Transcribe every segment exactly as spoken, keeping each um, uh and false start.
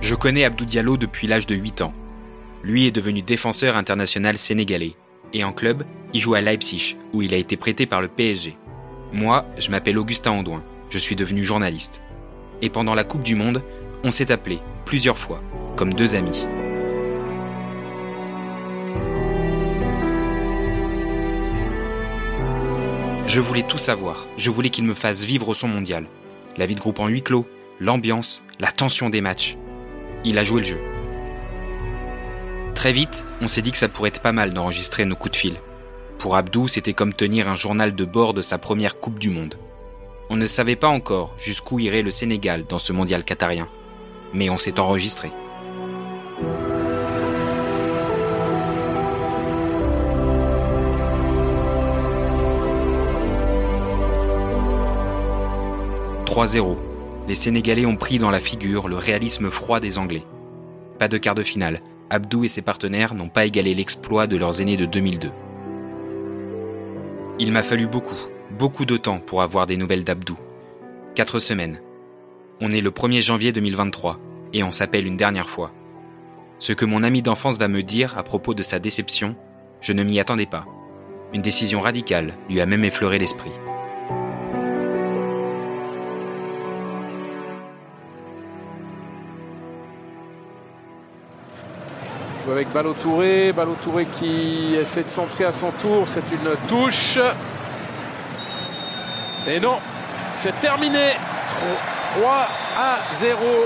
Je connais Abdou Diallo depuis l'âge de huit ans. Lui est devenu défenseur international sénégalais. Et en club, il joue à Leipzig, où il a été prêté par le P S G. Moi, je m'appelle Augustin Audouin. Je suis devenu journaliste. Et pendant la Coupe du Monde, on s'est appelés plusieurs fois, comme deux amis. Je voulais tout savoir. Je voulais qu'il me fasse vivre au son mondial. La vie de groupe en huis clos, l'ambiance, la tension des matchs. Il a joué le jeu. Très vite, on s'est dit que ça pourrait être pas mal d'enregistrer nos coups de fil. Pour Abdou, c'était comme tenir un journal de bord de sa première Coupe du Monde. On ne savait pas encore jusqu'où irait le Sénégal dans ce mondial qatarien. Mais on s'est enregistré. trois zéro. Les Sénégalais ont pris dans la figure le réalisme froid des Anglais. Pas de quart de finale. Abdou et ses partenaires n'ont pas égalé l'exploit de leurs aînés de deux mille deux. Il m'a fallu beaucoup, beaucoup de temps pour avoir des nouvelles d'Abdou. Quatre semaines. On est le premier janvier deux mille vingt-trois et on s'appelle une dernière fois. Ce que mon ami d'enfance va me dire à propos de sa déception, je ne m'y attendais pas. Une décision radicale lui a même effleuré l'esprit. Avec Ballo Touré, Ballo Touré qui essaie de centrer à son tour, c'est une touche. Et non, c'est terminé. trois à zéro.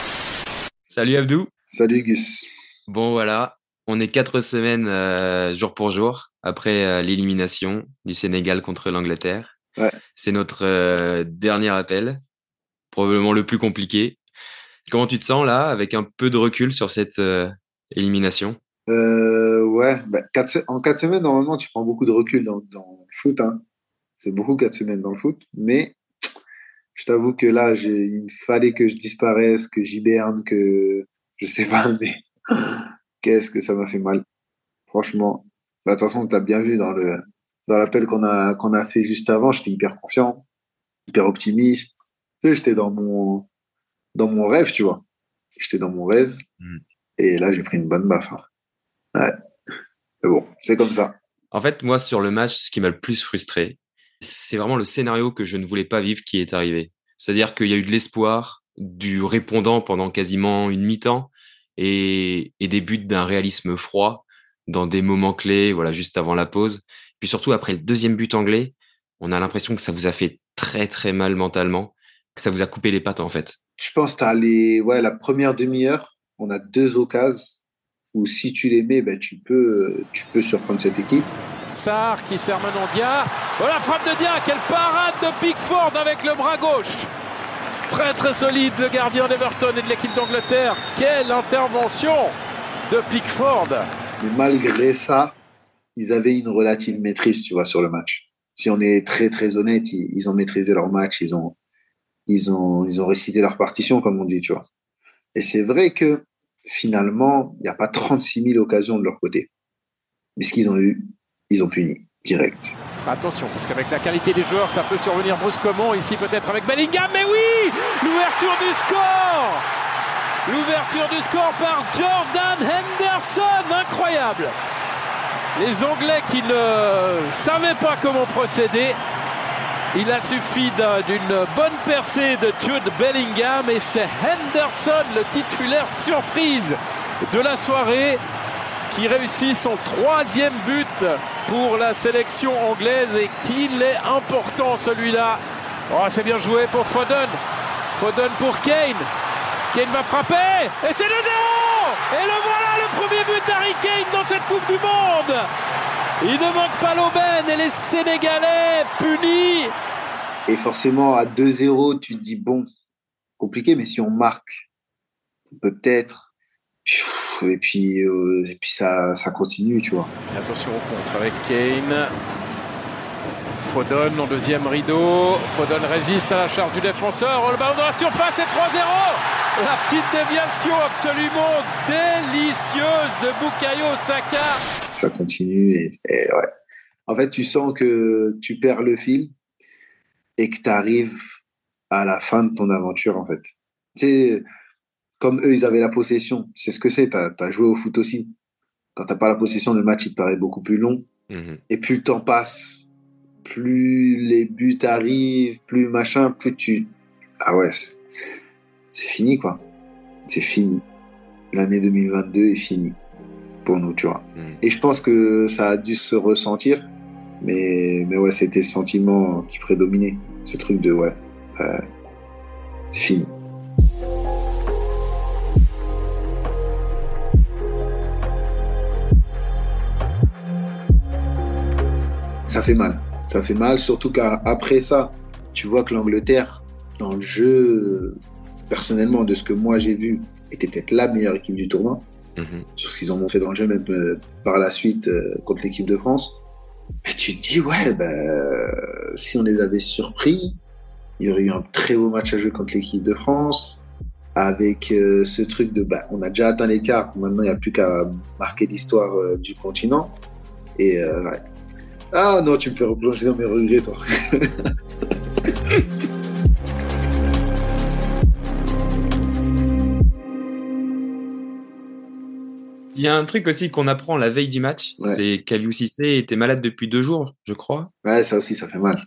Salut Abdou. Salut Gus. Bon voilà, on est quatre semaines euh, jour pour jour après euh, l'élimination du Sénégal contre l'Angleterre. Ouais. C'est notre euh, dernier appel, probablement le plus compliqué. Comment tu te sens là, avec un peu de recul sur cette euh, élimination? euh, Ouais, bah, quatre, en quatre semaines, normalement, tu prends beaucoup de recul dans, dans le foot. Hein. C'est beaucoup quatre semaines dans le foot. Mais je t'avoue que là, j'ai, il me fallait que je disparaisse, que j'hiberne, que je sais pas, mais qu'est-ce que ça m'a fait mal. Franchement. Bah, de toute façon, tu as bien vu dans le dans l'appel qu'on a, qu'on a fait juste avant, j'étais hyper confiant, hyper optimiste. Tu sais, j'étais dans mon, dans mon rêve, tu vois. J'étais dans mon rêve. Mm. Et là, j'ai pris une bonne baffe. Hein. Ouais. Mais bon, c'est comme ça. En fait, moi, sur le match, ce qui m'a le plus frustré, c'est vraiment le scénario que je ne voulais pas vivre qui est arrivé. C'est-à-dire qu'il y a eu de l'espoir, du répondant pendant quasiment une mi-temps et, et des buts d'un réalisme froid dans des moments clés, voilà, juste avant la pause. Puis surtout, après le deuxième but anglais, on a l'impression que ça vous a fait très, très mal mentalement, que ça vous a coupé les pattes, en fait. Je pense que t'as les, ouais, la première demi-heure, on a deux occasions où si tu les mets, ben, tu peux, tu peux surprendre cette équipe. Sarr qui sert Manon Dia. Oh, la frappe de Dia, quelle parade de Pickford avec le bras gauche. Très très solide le gardien d'Everton et de l'équipe d'Angleterre. Quelle intervention de Pickford. Mais malgré ça, ils avaient une relative maîtrise, tu vois, sur le match. Si on est très très honnête, ils, ils ont maîtrisé leur match, ils ont, ils ont, ils ont récité leur partition, comme on dit, tu vois. Et c'est vrai que finalement, il n'y a pas trente-six mille occasions de leur côté. Mais ce qu'ils ont eu, ils ont puni direct. Attention, parce qu'avec la qualité des joueurs, ça peut survenir brusquement. Ici, peut-être avec Bellingham, mais oui, l'ouverture du score, l'ouverture du score par Jordan Henderson, incroyable. Les Anglais qui ne savaient pas comment procéder. Il a suffi d'un, d'une bonne percée de Jude Bellingham et c'est Henderson, le titulaire surprise de la soirée, qui réussit son troisième but pour la sélection anglaise et qu'il est important celui-là. Oh, c'est bien joué pour Foden. Foden pour Kane. Kane va frapper et c'est deux zéro. Et le voilà, le premier but d'Harry Kane dans cette Coupe du Monde. Il ne manque pas l'aubaine et les Sénégalais punis. Et forcément, à deux zéro, tu te dis, bon, compliqué, mais si on marque, peut-être. Et puis, euh, et puis ça, ça continue, tu vois. Et attention au contre avec Kane. Foden en deuxième rideau. Foden résiste à la charge du défenseur. Oh, le ballon dans la surface, c'est trois zéro. La petite déviation absolument délicieuse de Bukayo Saka. Ça continue et, et ouais. En fait, tu sens que tu perds le fil et que tu arrives à la fin de ton aventure, en fait. Tu sais, comme eux, ils avaient la possession. C'est ce que c'est. T'as, t'as joué au foot aussi. Quand t'as pas la possession, le match, il te paraît beaucoup plus long. Mmh. Et plus le temps passe, plus les buts arrivent, plus machin, plus tu... Ah ouais, c'est, c'est fini, quoi. C'est fini. L'année deux mille vingt-deux est finie pour nous, tu vois. Mmh. Et je pense que ça a dû se ressentir. Mais, mais ouais, c'était ce sentiment qui prédominait. Ce truc de, ouais, euh, c'est fini. Ça fait mal. Ça fait mal, surtout qu'après ça, tu vois que l'Angleterre, dans le jeu, personnellement, de ce que moi j'ai vu, était peut-être la meilleure équipe du tournoi. Mmh. Sur ce qu'ils ont montré dans le jeu, même euh, par la suite euh, contre l'équipe de France. Et tu te dis, ouais, ben, si on les avait surpris, il y aurait eu un très beau match à jouer contre l'équipe de France. Avec euh, ce truc de, bah, on a déjà atteint l'écart, maintenant il n'y a plus qu'à marquer l'histoire euh, du continent. Et euh, ouais. Ah non, tu me fais replonger dans mes regrets, toi. Il y a un truc aussi qu'on apprend la veille du match, ouais. C'est qu'Aliou Cissé était malade depuis deux jours, je crois. Ouais, ça aussi, ça fait mal.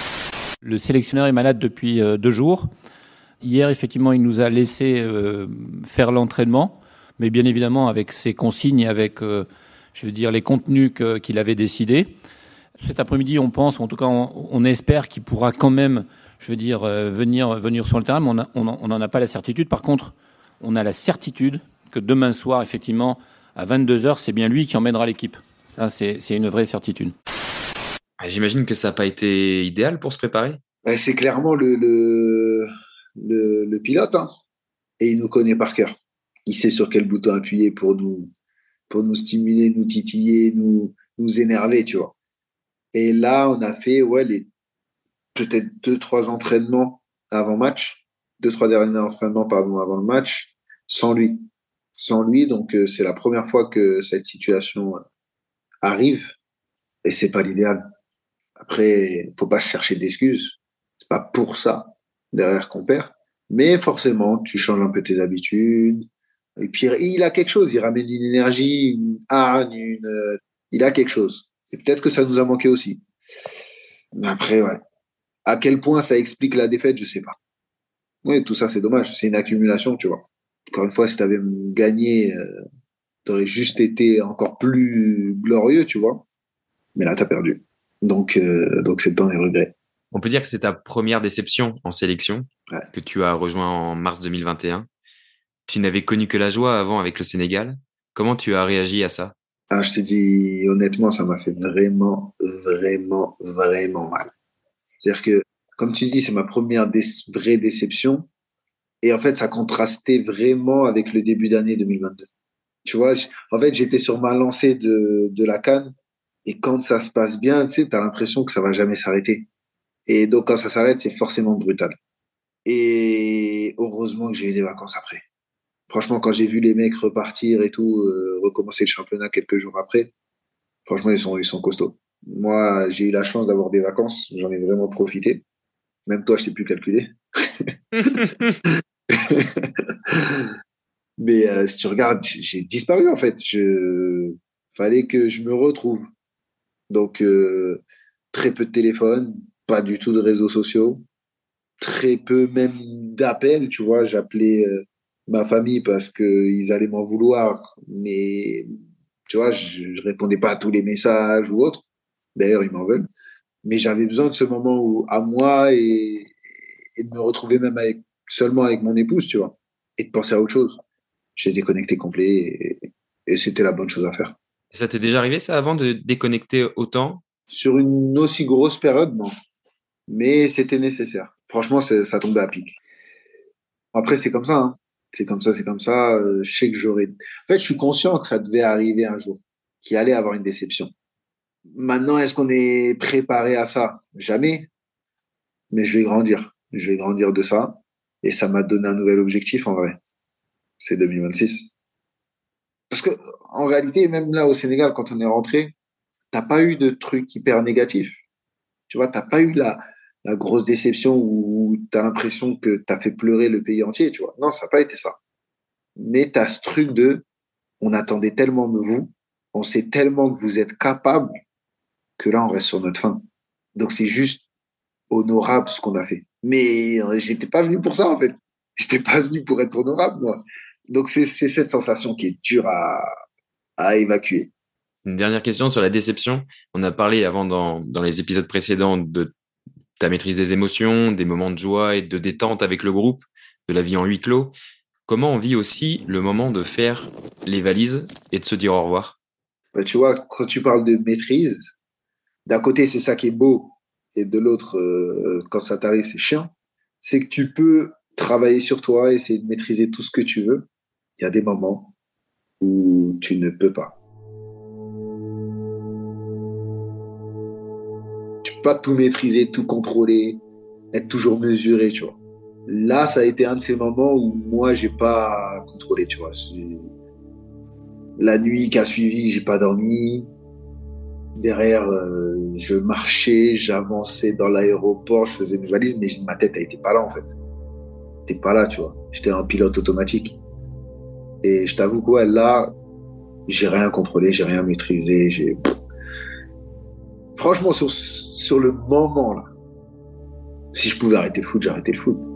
Le sélectionneur est malade depuis euh, deux jours. Hier, effectivement, il nous a laissé euh, faire l'entraînement, mais bien évidemment avec ses consignes et avec, euh, je veux dire, les contenus que, qu'il avait décidés. Cet après-midi, on pense, en tout cas, on, on espère qu'il pourra quand même, je veux dire, euh, venir, venir sur le terrain, mais on n'en a pas la certitude. Par contre, on a la certitude que demain soir, effectivement, à vingt-deux heures, c'est bien lui qui emmènera l'équipe. Ça, c'est, c'est une vraie certitude. J'imagine que ça n'a pas été idéal pour se préparer. Ben, c'est clairement le, le, le, le pilote, hein. Et il nous connaît par cœur. Il sait sur quel bouton appuyer pour nous, pour nous stimuler, nous titiller, nous, nous énerver, tu vois. Et là, on a fait ouais, les, peut-être deux, trois entraînements avant match, deux, trois derniers entraînements pardon, avant le match, sans lui. Sans lui, donc euh, c'est la première fois que cette situation euh, arrive, et c'est pas l'idéal. Après, faut pas chercher d'excuses. C'est pas pour ça derrière qu'on perd, mais forcément, tu changes un peu tes habitudes. Et puis il a quelque chose, il ramène une énergie, une hargne, une, euh, il a quelque chose. Et peut-être que ça nous a manqué aussi. Mais après, ouais. À quel point ça explique la défaite, je sais pas. Oui, tout ça, c'est dommage. C'est une accumulation, tu vois. Encore une fois, si t'avais gagné, euh, t'aurais juste été encore plus glorieux, tu vois. Mais là, t'as perdu. Donc, euh, donc c'est le temps des regrets. On peut dire que c'est ta première déception en sélection, ouais. Que tu as rejoint en mars deux mille vingt et un. Tu n'avais connu que la joie avant avec le Sénégal. Comment tu as réagi à ça? Ah, je te dis, honnêtement, ça m'a fait vraiment, vraiment, vraiment mal. C'est-à-dire que, comme tu dis, c'est ma première dé- vraie déception. Et en fait, ça contrastait vraiment avec le début d'année deux mille vingt-deux. Tu vois, j- en fait, j'étais sur ma lancée de, de la CAN. Et quand ça se passe bien, tu sais, t'as l'impression que ça va jamais s'arrêter. Et donc, quand ça s'arrête, c'est forcément brutal. Et heureusement que j'ai eu des vacances après. Franchement, quand j'ai vu les mecs repartir et tout, euh, recommencer le championnat quelques jours après, franchement, ils sont, ils sont costauds. Moi, j'ai eu la chance d'avoir des vacances. J'en ai vraiment profité. Même toi, je t'ai plus calculé. Mais euh, si tu regardes, j'ai disparu en fait. Je fallait que je me retrouve. Donc euh, très peu de téléphone, pas du tout de réseaux sociaux, très peu même d'appels. Tu vois, j'appelais euh, ma famille parce que ils allaient m'en vouloir, mais tu vois, je, je répondais pas à tous les messages ou autres. D'ailleurs, ils m'en veulent. Mais j'avais besoin de ce moment où à moi et, et de me retrouver même avec seulement avec mon épouse, tu vois, et de penser à autre chose. J'ai déconnecté complet et, et c'était la bonne chose à faire. Ça t'est déjà arrivé ça avant de déconnecter autant? Sur une aussi grosse période, non. Mais c'était nécessaire. Franchement, ça tombait à pic. Après, c'est comme ça. Hein. C'est comme ça, c'est comme ça. Euh, je sais que j'aurais... En fait, je suis conscient que ça devait arriver un jour, qu'il allait avoir une déception. Maintenant, est-ce qu'on est préparé à ça? Jamais. Mais je vais grandir. Je vais grandir de ça. Et ça m'a donné un nouvel objectif, en vrai. C'est deux mille vingt-six. Parce que, en réalité, même là, au Sénégal, quand on est rentré, t'as pas eu de truc hyper négatif. Tu vois, t'as pas eu la, la grosse déception où t'as l'impression que t'as fait pleurer le pays entier, tu vois. Non, ça n'a pas été ça. Mais tu as ce truc de, on attendait tellement de vous, on sait tellement que vous êtes capable, que là, on reste sur notre faim. Donc, c'est juste honorable ce qu'on a fait. Mais euh, j'étais pas venu pour ça, en fait. J'étais pas venu pour être honorable, moi. Donc, c'est, c'est cette sensation qui est dure à, à évacuer. Une dernière question sur la déception. On a parlé avant dans, dans les épisodes précédents de ta maîtrise des émotions, des moments de joie et de détente avec le groupe, de la vie en huis clos. Comment on vit aussi le moment de faire les valises et de se dire au revoir? Bah, tu vois, quand tu parles de maîtrise, d'un côté, c'est ça qui est beau, et de l'autre, euh, quand ça t'arrive, c'est chiant. C'est que tu peux travailler sur toi, essayer de maîtriser tout ce que tu veux. Il y a des moments où tu ne peux pas. Tu peux pas tout maîtriser, tout contrôler, être toujours mesuré, tu vois. Là, ça a été un de ces moments où moi, j'ai pas contrôlé, tu vois. J'ai... La nuit qui a suivi, j'ai pas dormi. Derrière, euh, je marchais, j'avançais dans l'aéroport, je faisais mes valises, mais ma tête, elle était pas là, en fait. Elle était pas là, tu vois. J'étais en pilote automatique. Et je t'avoue quoi, là, j'ai rien contrôlé, j'ai rien maîtrisé, j'ai... Franchement, sur, sur le moment, là, si je pouvais arrêter le foot, j'arrêtais le foot.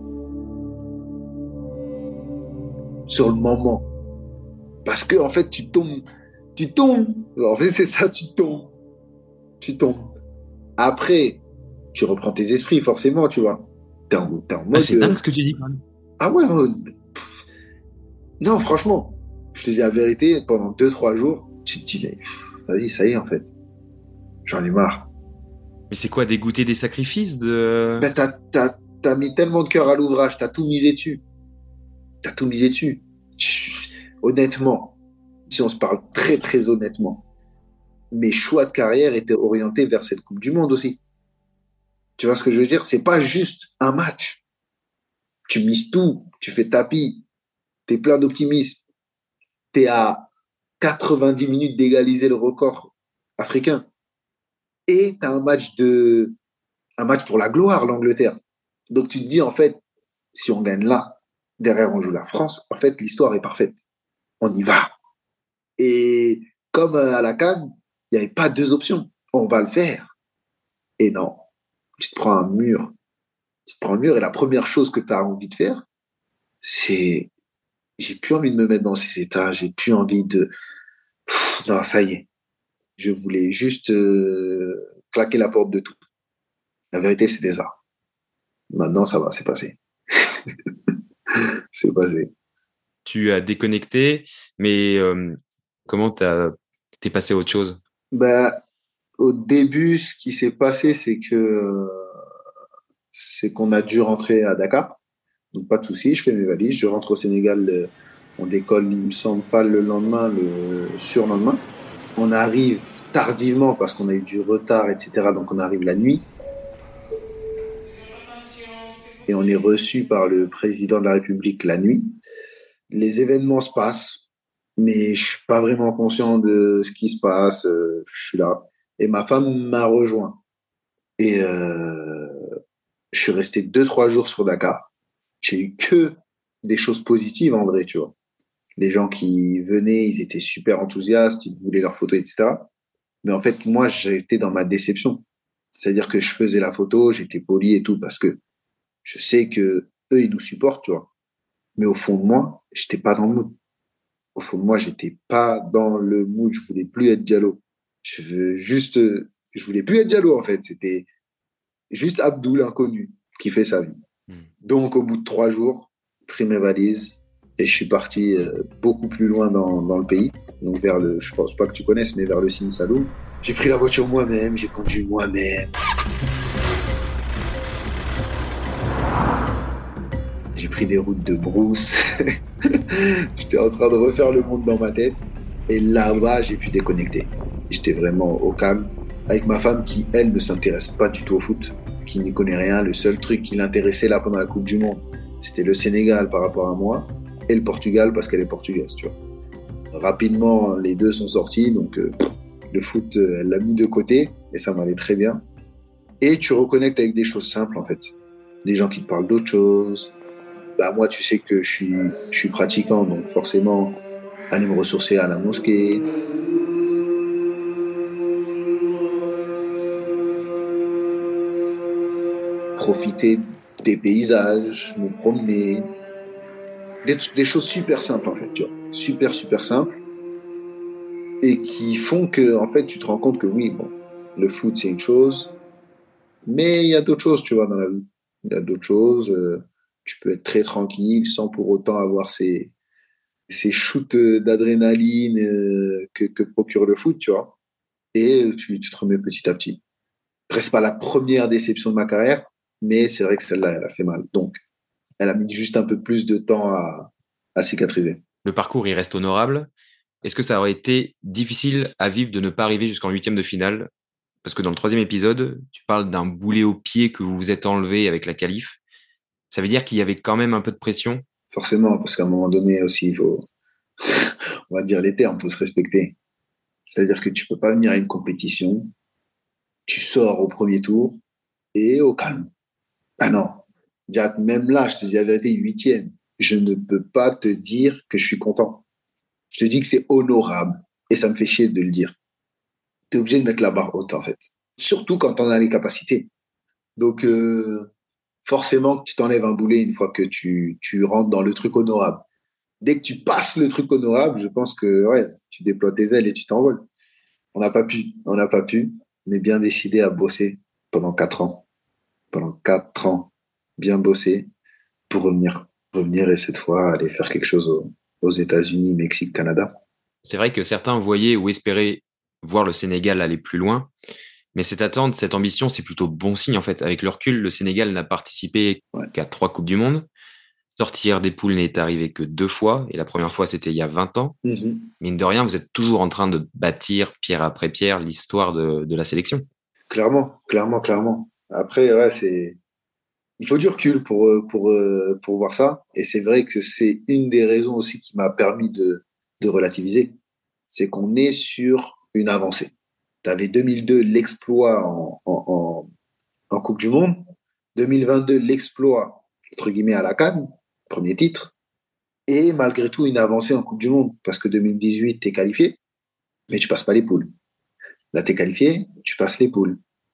Sur le moment. Parce que, en fait, tu tombes, tu tombes. En fait, c'est ça, tu tombes. Tu tombes. Après, tu reprends tes esprits, forcément, tu vois. T'es en, t'es en mode... Ah, c'est dingue ce que tu dis, quand même. Ah ouais, ouais. Non, franchement, je te dis la vérité, pendant deux, trois jours, tu te dis, mais vas-y, ça y est, en fait. J'en ai marre. Mais c'est quoi, dégoûter des sacrifices de... Ben, t'as, t'as, t'as mis tellement de cœur à l'ouvrage, t'as tout misé dessus. T'as tout misé dessus. Honnêtement, si on se parle très, très honnêtement, mes choix de carrière étaient orientés vers cette Coupe du Monde aussi. Tu vois ce que je veux dire? C'est pas juste un match. Tu mises tout, tu fais tapis, t'es plein d'optimisme. T'es à quatre-vingt-dix minutes d'égaliser le record africain. Et t'as un match de, un match pour la gloire, l'Angleterre. Donc tu te dis, en fait, si on gagne là, derrière on joue la France, en fait, l'histoire est parfaite. On y va. Et comme à la CAN, il n'y avait pas deux options. On va le faire. Et non, tu te prends un mur. Tu te prends un mur et la première chose que tu as envie de faire, c'est... J'ai plus envie de me mettre dans ces états. J'ai plus envie de... Pff, non, ça y est. Je voulais juste euh, claquer la porte de tout. La vérité, c'est des arts. Maintenant, ça va, c'est passé. C'est passé. Tu as déconnecté, mais euh, comment t'as, t'es passé à autre chose? Ben, au début, ce qui s'est passé, c'est que c'est qu'on a dû rentrer à Dakar. Donc, pas de souci, je fais mes valises, je rentre au Sénégal. On décolle, il me semble, pas le lendemain, le surlendemain. On arrive tardivement parce qu'on a eu du retard, et cetera. Donc, on arrive la nuit. Et on est reçu par le président de la République la nuit. Les événements se passent, mais je suis pas vraiment conscient de ce qui se passe. Je suis là. Et ma femme m'a rejoint. Et euh, je suis resté deux, trois jours sur Dakar. J'ai eu que des choses positives, en vrai, tu vois. Les gens qui venaient, ils étaient super enthousiastes, ils voulaient leurs photos, et cetera. Mais en fait, moi, j'étais dans ma déception. C'est-à-dire que je faisais la photo, j'étais poli et tout, parce que je sais que eux, ils nous supportent, tu vois. Mais au fond de moi, j'étais pas dans le mood. Au fond de moi, j'étais pas dans le mood. Je voulais plus être Diallo. Je veux juste, je voulais plus être Diallo, en fait. C'était juste Abdou, l'inconnu, qui fait sa vie. Mmh. Donc, au bout de trois jours, j'ai pris mes valises et je suis parti euh, beaucoup plus loin dans, dans le pays. Donc, vers le, je pense pas que tu connaisses, mais vers le Sine Saloum. J'ai pris la voiture moi-même, j'ai conduit moi-même. J'ai pris des routes de brousse. J'étais en train de refaire le monde dans ma tête. Et là-bas, j'ai pu déconnecter. J'étais vraiment au calme. Avec ma femme qui, elle, ne s'intéresse pas du tout au foot, qui n'y connaît rien. Le seul truc qui l'intéressait là pendant la Coupe du Monde, c'était le Sénégal par rapport à moi et le Portugal parce qu'elle est portugaise, tu vois. Rapidement, les deux sont sortis. Donc, euh, le foot, euh, elle l'a mis de côté et ça m'allait très bien. Et tu reconnectes avec des choses simples, en fait. Des gens qui te parlent d'autre chose. bah moi, tu sais que je suis, je suis pratiquant, donc forcément, aller me ressourcer à la mosquée. Profiter des paysages, me promener. Des, des choses super simples, en fait, tu vois. Super, super simples. Et qui font que, en fait, tu te rends compte que oui, bon, le foot, c'est une chose, mais il y a d'autres choses, tu vois, dans la vie. Il y a d'autres choses. Euh, tu peux être très tranquille sans pour autant avoir ces, ces shoots d'adrénaline euh, que, que procure le foot, tu vois. Et tu, tu te remets petit à petit. Presque pas la première déception de ma carrière, mais c'est vrai que celle-là, elle a fait mal. Donc, elle a mis juste un peu plus de temps à, à cicatriser. Le parcours, il reste honorable. Est-ce que ça aurait été difficile à vivre de ne pas arriver jusqu'en huitième de finale? Parce que dans le troisième épisode, tu parles d'un boulet au pied que vous vous êtes enlevé avec la qualif. Ça veut dire qu'il y avait quand même un peu de pression? Forcément, parce qu'à un moment donné aussi, il faut, on va dire les termes, il faut se respecter. C'est-à-dire que tu peux pas venir à une compétition, tu sors au premier tour et au calme. Ah non. Déjà, même là, je te dis la vérité, huitième, je ne peux pas te dire que je suis content. Je te dis que c'est honorable et ça me fait chier de le dire. Tu es obligé de mettre la barre haute, en fait. Surtout quand on a les capacités. Donc, euh, forcément, tu t'enlèves un boulet une fois que tu, tu rentres dans le truc honorable. Dès que tu passes le truc honorable, je pense que ouais, tu déploies tes ailes et tu t'envoles. On n'a pas pu, on n'a pas pu, mais bien décidé à bosser pendant quatre ans. Pendant quatre ans, bien bosser pour revenir. Revenir et cette fois aller faire quelque chose aux, aux États-Unis, Mexique, Canada. C'est vrai que certains voyaient ou espéraient voir le Sénégal aller plus loin, mais cette attente, cette ambition, c'est plutôt bon signe en fait. Avec le recul, le Sénégal n'a participé Ouais. qu'à trois Coupes du Monde. Sortir des poules n'est arrivé que deux fois, et la première fois c'était il y a vingt ans. Mm-hmm. Mine de rien, vous êtes toujours en train de bâtir pierre après pierre l'histoire de, de la sélection. Clairement, clairement, clairement. Après, ouais, c'est, il faut du recul pour, pour, pour voir ça. Et c'est vrai que c'est une des raisons aussi qui m'a permis de, de relativiser. C'est qu'on est sur une avancée. Tu avais deux mille deux, l'exploit en, en, en, en Coupe du Monde. deux mille vingt-deux, l'exploit, entre guillemets, à la CAN, premier titre. Et malgré tout, une avancée en Coupe du Monde. Parce que deux mille dix-huit, tu es qualifié, mais tu passes pas les poules. Là, tu es qualifié, tu passes les poules.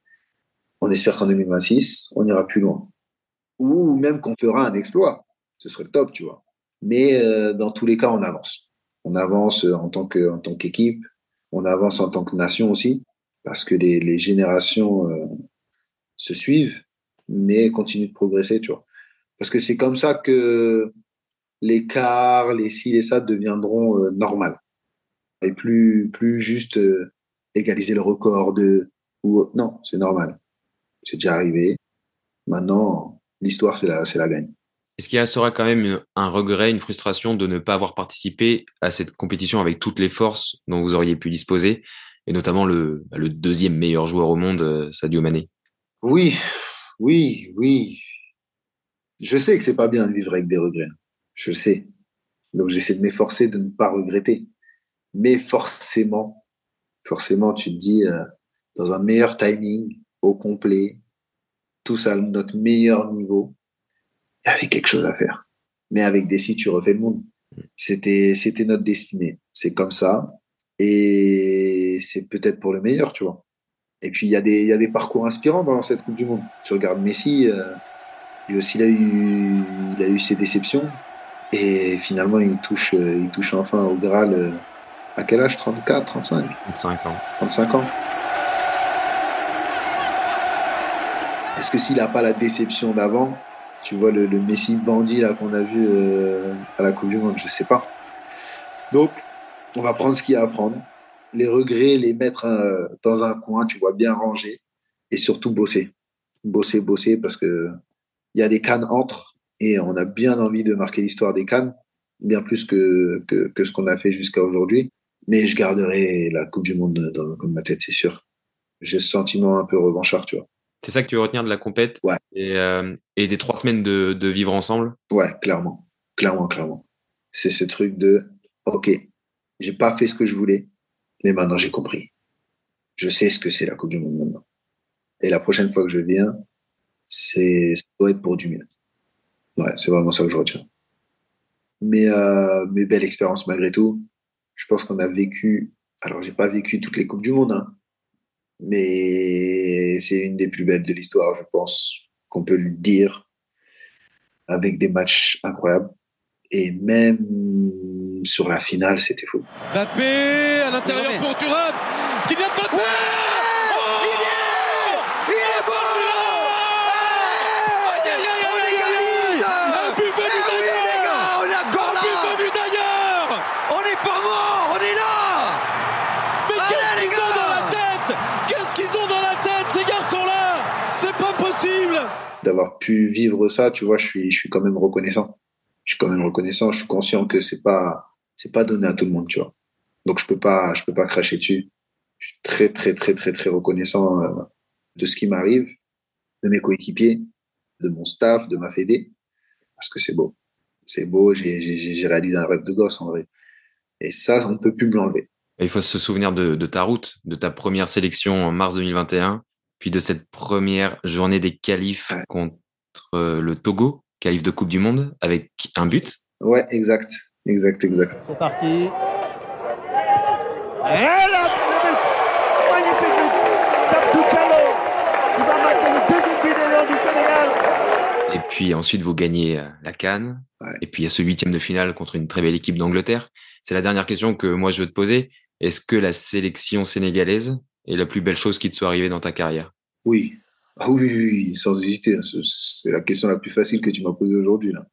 On espère qu'en deux mille vingt-six, on ira plus loin. Ou même qu'on fera un exploit. Ce serait le top, tu vois. Mais euh, dans tous les cas, on avance. On avance en tant que, en tant qu'équipe. On avance en tant que nation aussi. Parce que les, les générations euh, se suivent, mais continuent de progresser, tu vois. Parce que c'est comme ça que les quarts, les ci, les ça deviendront euh, normales. Et plus, plus juste euh, égaliser le record de... Ou, non, c'est normal. C'est déjà arrivé. Maintenant, l'histoire, c'est la, c'est la gagne. Est-ce qu'il restera quand même une, un regret, une frustration de ne pas avoir participé à cette compétition avec toutes les forces dont vous auriez pu disposer, et notamment le, le deuxième meilleur joueur au monde, Sadio Mané? Oui, oui, oui. Je sais que c'est pas bien de vivre avec des regrets. Je sais. Donc, j'essaie de m'efforcer de ne pas regretter. Mais forcément, forcément, tu te dis, euh, dans un meilleur timing, au complet, tous à notre meilleur niveau, il y avait quelque chose à faire. Mais avec des si, tu refais le monde. C'était, c'était notre destinée. C'est comme ça. Et c'est peut-être pour le meilleur, tu vois. Et puis, il y a des, il y a des parcours inspirants dans cette Coupe du Monde. Tu regardes Messi, euh, lui aussi, il a eu, il a eu ses déceptions. Et finalement, il touche, euh, il touche enfin au Graal. Euh, à quel âge? trente-quatre, trente-cinq? trente-cinq ans. trente-cinq ans. Est-ce que s'il n'a pas la déception d'avant, tu vois le, le Messi bandit là qu'on a vu euh, à la Coupe du Monde, je sais pas. Donc, on va prendre ce qu'il y a à prendre, les regrets, les mettre euh, dans un coin, tu vois, bien rangé, et surtout bosser, bosser, bosser, parce que il y a des CAN entre, et on a bien envie de marquer l'histoire des CAN, bien plus que que, que ce qu'on a fait jusqu'à aujourd'hui. Mais je garderai la Coupe du Monde dans le coin de ma tête, c'est sûr. J'ai ce sentiment un peu revanchard, tu vois. C'est ça que tu veux retenir de la compète? Ouais. Et, euh, et des trois semaines de, de vivre ensemble? Ouais, clairement. Clairement, clairement. C'est ce truc de, OK, j'ai pas fait ce que je voulais, mais maintenant j'ai compris. Je sais ce que c'est la Coupe du Monde maintenant. Et la prochaine fois que je viens, c'est, ça doit être pour du mieux. Ouais, c'est vraiment ça que je retiens. Mais, euh, mais belle expérience malgré tout. Je pense qu'on a vécu, alors j'ai pas vécu toutes les Coupes du Monde, hein, mais c'est une des plus belles de l'histoire, je pense qu'on peut le dire, avec des matchs incroyables. Et même sur la finale, c'était fou. Mbappé à l'intérieur ouais. pour Thuram, qui vient de Mbappé. Ouais oh il y est, il est bon. Aïe aïe aïe aïe aïe. Un but venu d'ailleurs. On est encore là. Un but venu d'ailleurs. On n'est pas mort, on est là. Mais qu'est-ce qu'ils ont dans la tête? Qu'est-ce qu'ils ont dans la tête ces garçons-là? C'est pas possible. D'avoir pu vivre ça, tu vois, je suis, je suis quand même reconnaissant. Je suis quand même reconnaissant. Je suis conscient que c'est pas, c'est pas donné à tout le monde, tu vois. Donc je peux pas, je peux pas cracher dessus. Je suis très, très, très, très, très reconnaissant euh, de ce qui m'arrive, de mes coéquipiers, de mon staff, de ma fédé, parce que c'est beau. C'est beau. J'ai, j'ai, j'ai réalisé un rêve de gosse en vrai. Et ça, on ne peut plus me l'enlever. Il faut se souvenir de, de ta route, de ta première sélection en mars deux mille vingt et un, puis de cette première journée des qualifs ouais. contre le Togo. Qualif de Coupe du Monde avec un but. Ouais, exact, exact, exact. C'est parti. Et là, le but, magnifique but d'Abdou Diallo, qui va marquer le deuxième but des Lions du Sénégal. Et puis ensuite, vous gagnez la CAN. Ouais. Et puis il y a ce huitième de finale contre une très belle équipe d'Angleterre. C'est la dernière question que moi je veux te poser. Est-ce que la sélection sénégalaise est la plus belle chose qui te soit arrivée dans ta carrière? Oui. Ah oui, oui, oui, sans hésiter. C'est la question la plus facile que tu m'as posée aujourd'hui, là.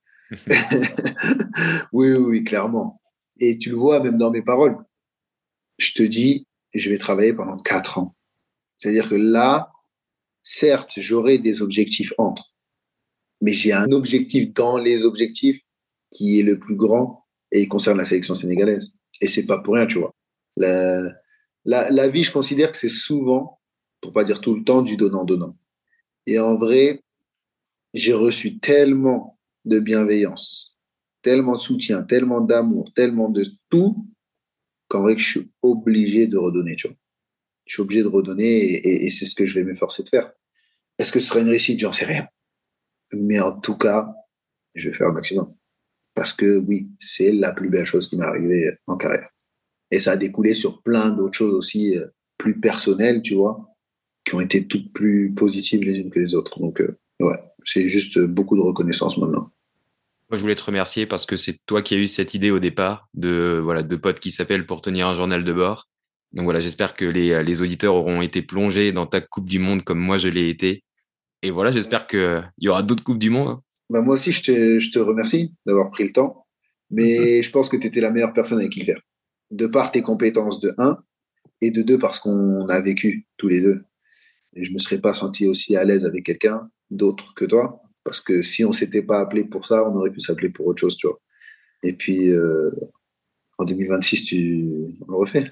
oui, oui, oui, clairement. Et tu le vois même dans mes paroles. Je te dis, je vais travailler pendant quatre ans. C'est-à-dire que là, certes, j'aurai des objectifs entre, mais j'ai un objectif dans les objectifs qui est le plus grand et il concerne la sélection sénégalaise. Et c'est pas pour rien, tu vois. La, la, la vie, je considère que c'est souvent, pour pas dire tout le temps, du donnant-donnant. Et en vrai, j'ai reçu tellement de bienveillance, tellement de soutien, tellement d'amour, tellement de tout, qu'en vrai, que je suis obligé de redonner, tu vois. Je suis obligé de redonner et, et, et c'est ce que je vais m'efforcer de faire. Est-ce que ce sera une réussite? J'en sais rien. Mais en tout cas, je vais faire le maximum. Parce que oui, c'est la plus belle chose qui m'est arrivée en carrière. Et ça a découlé sur plein d'autres choses aussi euh, plus personnelles, tu vois, qui ont été toutes plus positives les unes que les autres. Donc, euh, ouais, c'est juste beaucoup de reconnaissance maintenant. Moi, je voulais te remercier parce que c'est toi qui as eu cette idée au départ de, voilà, deux potes qui s'appellent pour tenir un journal de bord. Donc voilà, j'espère que les, les auditeurs auront été plongés dans ta Coupe du Monde comme moi je l'ai été. Et voilà, j'espère qu'il y aura d'autres Coupes du Monde. Hein. Bah moi aussi, je te, je te remercie d'avoir pris le temps. Mais je pense que tu étais la meilleure personne avec qui le faire. De par tes compétences de un, et de deux, parce qu'on a vécu tous les deux. Et je me serais pas senti aussi à l'aise avec quelqu'un d'autre que toi, parce que si on s'était pas appelé pour ça, on aurait pu s'appeler pour autre chose, tu vois. Et puis, euh, en deux mille vingt-six, tu on le refait.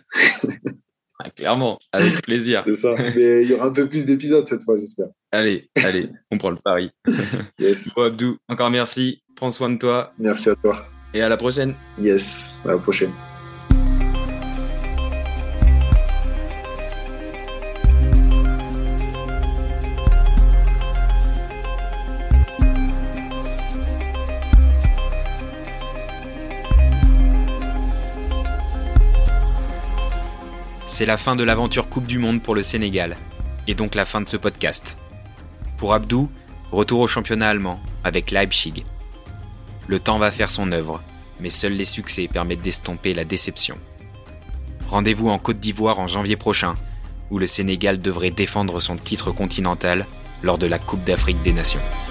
Ah, clairement, avec plaisir. C'est ça. Mais il y aura un peu plus d'épisodes cette fois, j'espère. Allez, allez, on prend le pari. Yes. Bon, Abdou, encore merci. Prends soin de toi. Merci à toi. Et à la prochaine. Yes, à la prochaine. C'est la fin de l'aventure Coupe du Monde pour le Sénégal, et donc la fin de ce podcast. Pour Abdou, retour au championnat allemand, avec Leipzig. Le temps va faire son œuvre, mais seuls les succès permettent d'estomper la déception. Rendez-vous en Côte d'Ivoire en janvier prochain, où le Sénégal devrait défendre son titre continental lors de la Coupe d'Afrique des Nations.